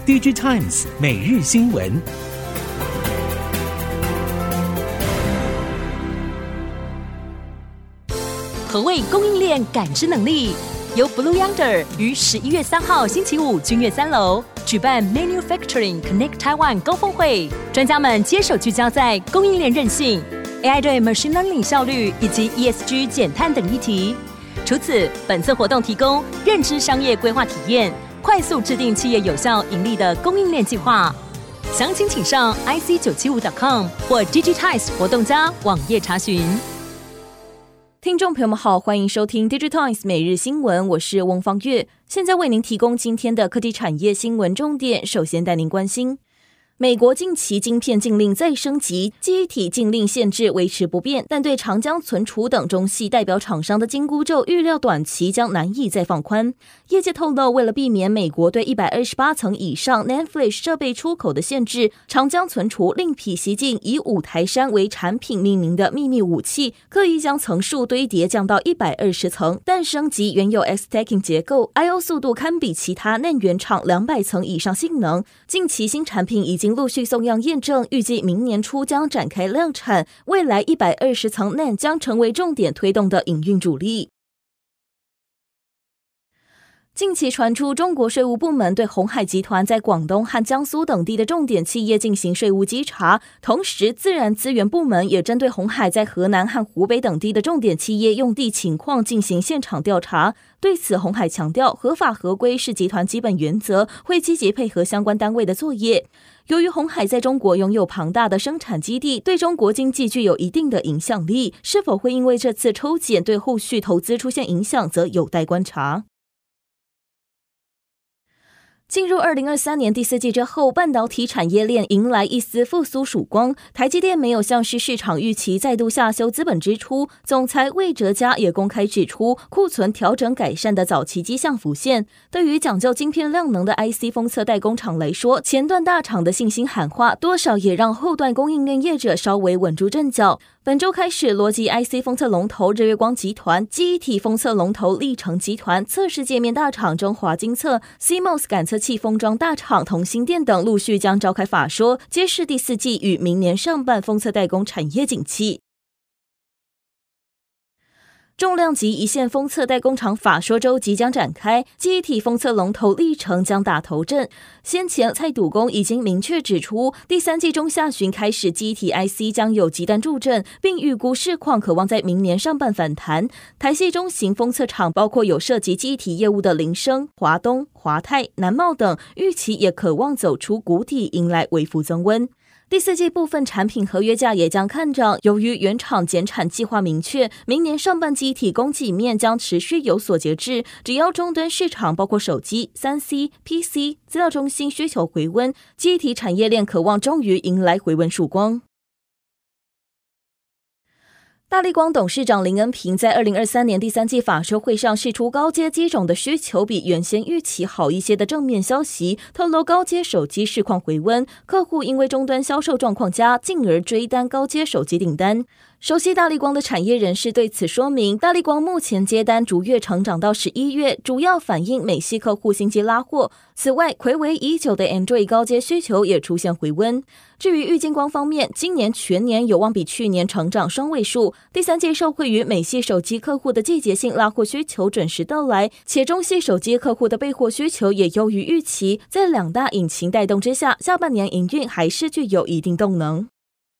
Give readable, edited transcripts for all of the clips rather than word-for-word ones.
DigiTimes 每日新闻。 何谓供应链感知能力？由 Blue Yonder 于11月3号星期五君悦3楼举办 Manufacturing Connect Taiwan 高峰会，专家们接手聚焦在供应链韧性、AI 对 Machine Learning 效率以及 ESG 减碳等议题。除此，本次活动提供认知商业规划体验，快速制定企业有效盈利的供应链计划。详情请上 ic975.com 或 DigiTimes 活动家网页查询。听众朋友们好，欢迎收听 DigiTimes 每日新闻，我是翁方月，现在为您提供今天的科技产业新闻重点。首先带您关心，美国近期晶片禁令再升级，记忆体禁令限制维持不变，但对长江存储等中系代表厂商的紧箍咒预料短期将难以再放宽。业界透露，为了避免美国对128层以上 NAND Flash 设备出口的限制，长江存储另辟蹊径，以五台山为产品命名的秘密武器，刻意将层数堆叠降到120层，但升级原有 X-Stacking 结构 ，I/O 速度堪比其他 NAND 原厂200层以上性能。近期新产品已经陆续送样验证，预计明年初将展开量产，未来120层 NAND 将成为重点推动的营运主力。近期传出中国税务部门对鸿海集团在广东和江苏等地的重点企业进行税务稽查，同时自然资源部门也针对鸿海在河南和湖北等地的重点企业用地情况进行现场调查。对此，鸿海强调合法合规是集团基本原则，会积极配合相关单位的作业。由于鸿海在中国拥有庞大的生产基地，对中国经济具有一定的影响力，是否会因为这次抽检对后续投资出现影响，则有待观察。进入2023年第4季之后，半导体产业链迎来一丝复苏曙光。台积电没有像是市场预期再度下修资本支出，总裁魏哲嘉也公开指出，库存调整改善的早期迹象浮现。对于讲究晶片量能的 IC 封测代工厂来说，前段大厂的信心喊话，多少也让后段供应链业者稍微稳住阵脚。本周开始，逻辑 IC 封测龙头日月光集团、记忆体封测龙头力成集团、测试界面大厂中华精测、CMOS 感测器封装大厂同心电等陆续将召开法说，揭示第4季与明年上半封测代工产业景气。重量级一线封测代工厂法说周即将展开，记忆体封测龙头力成将打头阵。先前蔡笃恭已经明确指出，第3季中下旬开始，记忆体 IC 将有急单助阵，并预估市况可望在明年上半反弹。台系中型封测厂包括有涉及记忆体业务的林升、华东、华泰、南茂等，预期也可望走出谷底，迎来微幅增温。第4季部分产品合约价也将看涨，由于原厂减产计划明确，明年上半机体供给面将持续有所节制，只要终端市场包括手机、3C、PC、资料中心需求回温，记忆体产业链可望终于迎来回温曙光。大立光董事长林恩平在2023年第3季法说会上释出高阶机种的需求比原先预期好一些的正面消息，透露高阶手机市况回温，客户因为终端销售状况佳，进而追单高阶手机订单。熟悉大立光的产业人士对此说明，大立光目前接单逐月成长到11月，主要反映美系客户新机拉货。此外，睽违已久的 Android 高阶需求也出现回温。至于玉晶光方面，今年全年有望比去年成长双位数。第3季受惠于美系手机客户的季节性拉货需求准时到来，且中系手机客户的备货需求也优于预期，在2大引擎带动之下，下半年营运还是具有一定动能。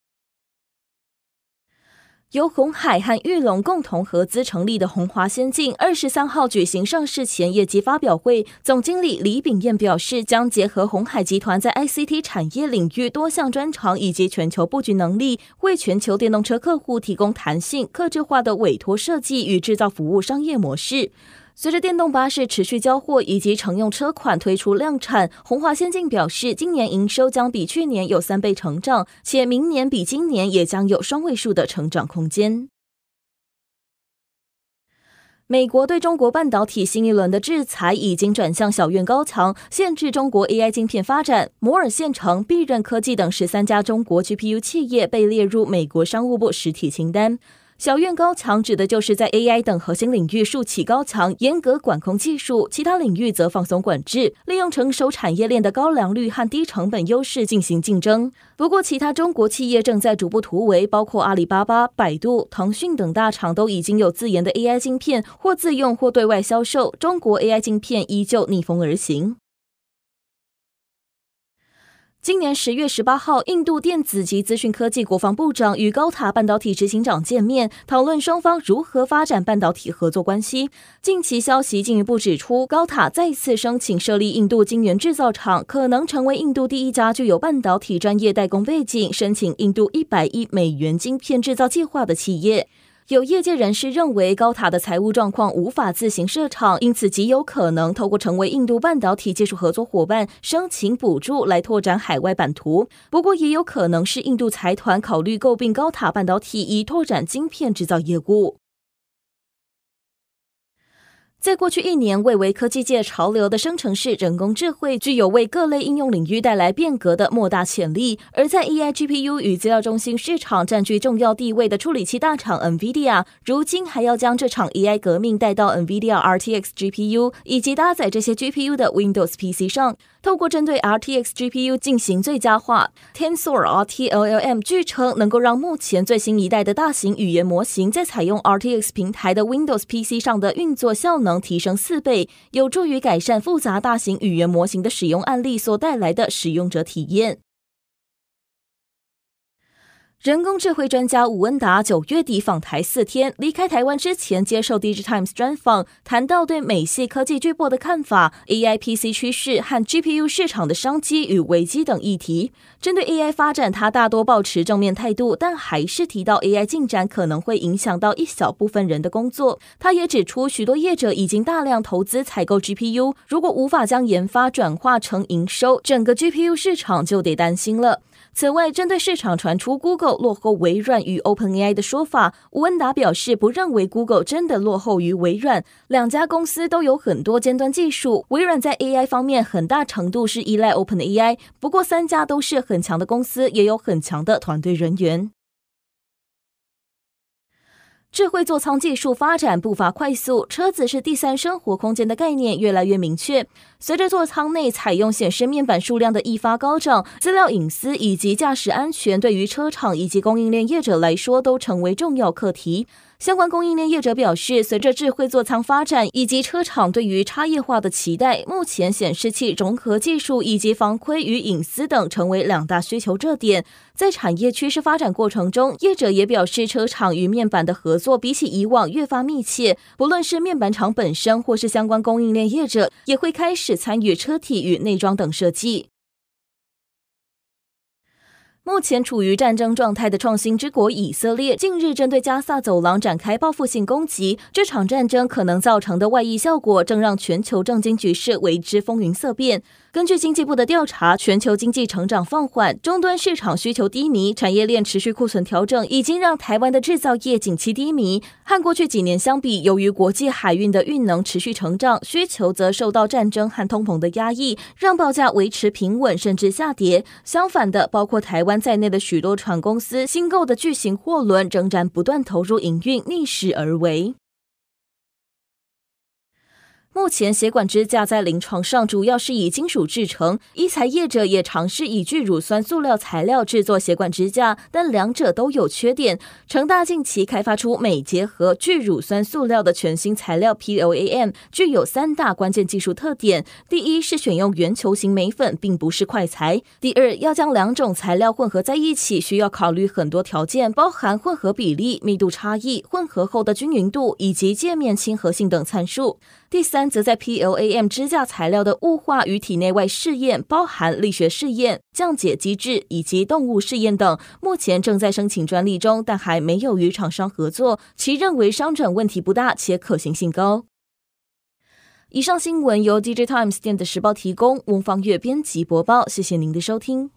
由鸿海和裕隆共同合资成立的鸿华先进23号举行上市前业绩发表会，总经理李秉彦表示，将结合鸿海集团在 ICT 产业领域多项专长以及全球布局能力，为全球电动车客户提供弹性、客制化的委托设计与制造服务商业模式。随着电动巴士持续交货以及乘用车款推出量产，鸿华先进表示，今年营收将比去年有3倍成长，且明年比今年也将有双位数的成长空间。美国对中国半导体新一轮的制裁已经转向小院高墙，限制中国 AI 晶片发展。摩尔线程、必任科技等13家中国 GPU 企业被列入美国商务部实体清单。 小院高墙指的就是在 AI 等核心领域竖起高墙，严格管控技术，其他领域则放松管制，利用成熟产业链的高良率和低成本优势进行竞争。不过，其他中国企业正在逐步突围，包括阿里巴巴、百度、腾讯等大厂都已经有自研的 AI 晶片，或自用或对外销售，中国 AI 晶片依旧逆风而行。今年10月18号，印度电子及资讯科技国防部长与高塔半导体执行长见面，讨论双方如何发展半导体合作关系。近期消息进一步指出，高塔再次申请设立印度晶圆制造厂，可能成为印度第一家具有半导体专业代工背景、申请印度100亿美元晶片制造计划的企业。有业界人士认为，高塔的财务状况无法自行设厂，因此极有可能透过成为印度半导体技术合作伙伴，申请补助来拓展海外版图。不过，也有可能是印度财团考虑购并高塔半导体，以拓展晶片制造业务。在过去1年，蔚为科技界潮流的生成式人工智慧，具有为各类应用领域带来变革的莫大潜力。而在 AI GPU 与资料中心市场占据重要地位的处理器大厂 NVIDIA， 如今还要将这场 AI 革命带到 NVIDIA RTX GPU 以及搭载这些 GPU 的 Windows PC 上。透过针对 RTX GPU 进行最佳化 ，Tensor RT-LLM 据称能够让目前最新一代的大型语言模型在采用 RTX 平台的 Windows PC 上的运作效能提升4倍，有助于改善复杂大型语言模型的使用案例所带来的使用者体验。人工智慧专家吴恩达9月底访台4天，离开台湾之前接受 DigiTimes 专访，谈到对美系科技巨擘的看法、AI PC 趋势和 GPU 市场的商机与危机等议题。针对 AI 发展，他大多抱持正面态度，但还是提到 AI 进展可能会影响到一小部分人的工作。他也指出，许多业者已经大量投资采购 GPU， 如果无法将研发转化成营收，整个 GPU 市场就得担心了。此外，针对市场传出 Google 落后微软与 OpenAI 的说法，吴恩达表示不认为 Google 真的落后于微软，两家公司都有很多尖端技术，微软在 AI 方面很大程度是依赖 OpenAI， 不过3家都是很强的公司，也有很强的团队人员。智慧座舱技术发展步伐快速，车子是第三生活空间的概念越来越明确。随着座舱内采用显示面板数量的一发高涨，资料隐私以及驾驶安全对于车厂以及供应链业者来说都成为重要课题。相关供应链业者表示，随着智慧座舱发展以及车厂对于差异化的期待，目前显示器融合技术以及防窥与隐私等成为2大需求热点。在产业趋势发展过程中，业者也表示，车厂与面板的合作比起以往越发密切，不论是面板厂本身或是相关供应链业者，也会开始参与车体与内装等设计。目前处于战争状态的创新之国以色列，近日针对加萨走廊展开报复性攻击。这场战争可能造成的外溢效果，正让全球政经局势为之风云色变。根据经济部的调查，全球经济成长放缓，终端市场需求低迷，产业链持续库存调整，已经让台湾的制造业景气低迷。和过去几年相比，由于国际海运的运能持续成长，需求则受到战争和通膨的压抑，让报价维持平稳甚至下跌。相反的，包括台湾在内的许多船公司新购的巨型货轮仍然不断投入营运，逆势而为。目前血管支架在临床上主要是以金属制成，医材业者也尝试以聚乳酸塑料材料制作血管支架，但两者都有缺点。成大近期开发出镁结合聚乳酸塑料的全新材料 PLAM， 具有3大关键技术特点。第一是选用圆球形镁粉，并不是快材。第二，要将2种材料混合在一起，需要考虑很多条件，包含混合比例、密度差异、混合后的均匀度以及界面亲和性等参数。第三，则在 PLAM 支架材料的雾化与体内外试验，包含力学试验、降解机制以及动物试验等，目前正在申请专利中，但还没有与厂商合作。其认为商转问题不大，且可行性高。以上新闻由 DigiTimes 电子时报提供，翁方月编辑播报，谢谢您的收听。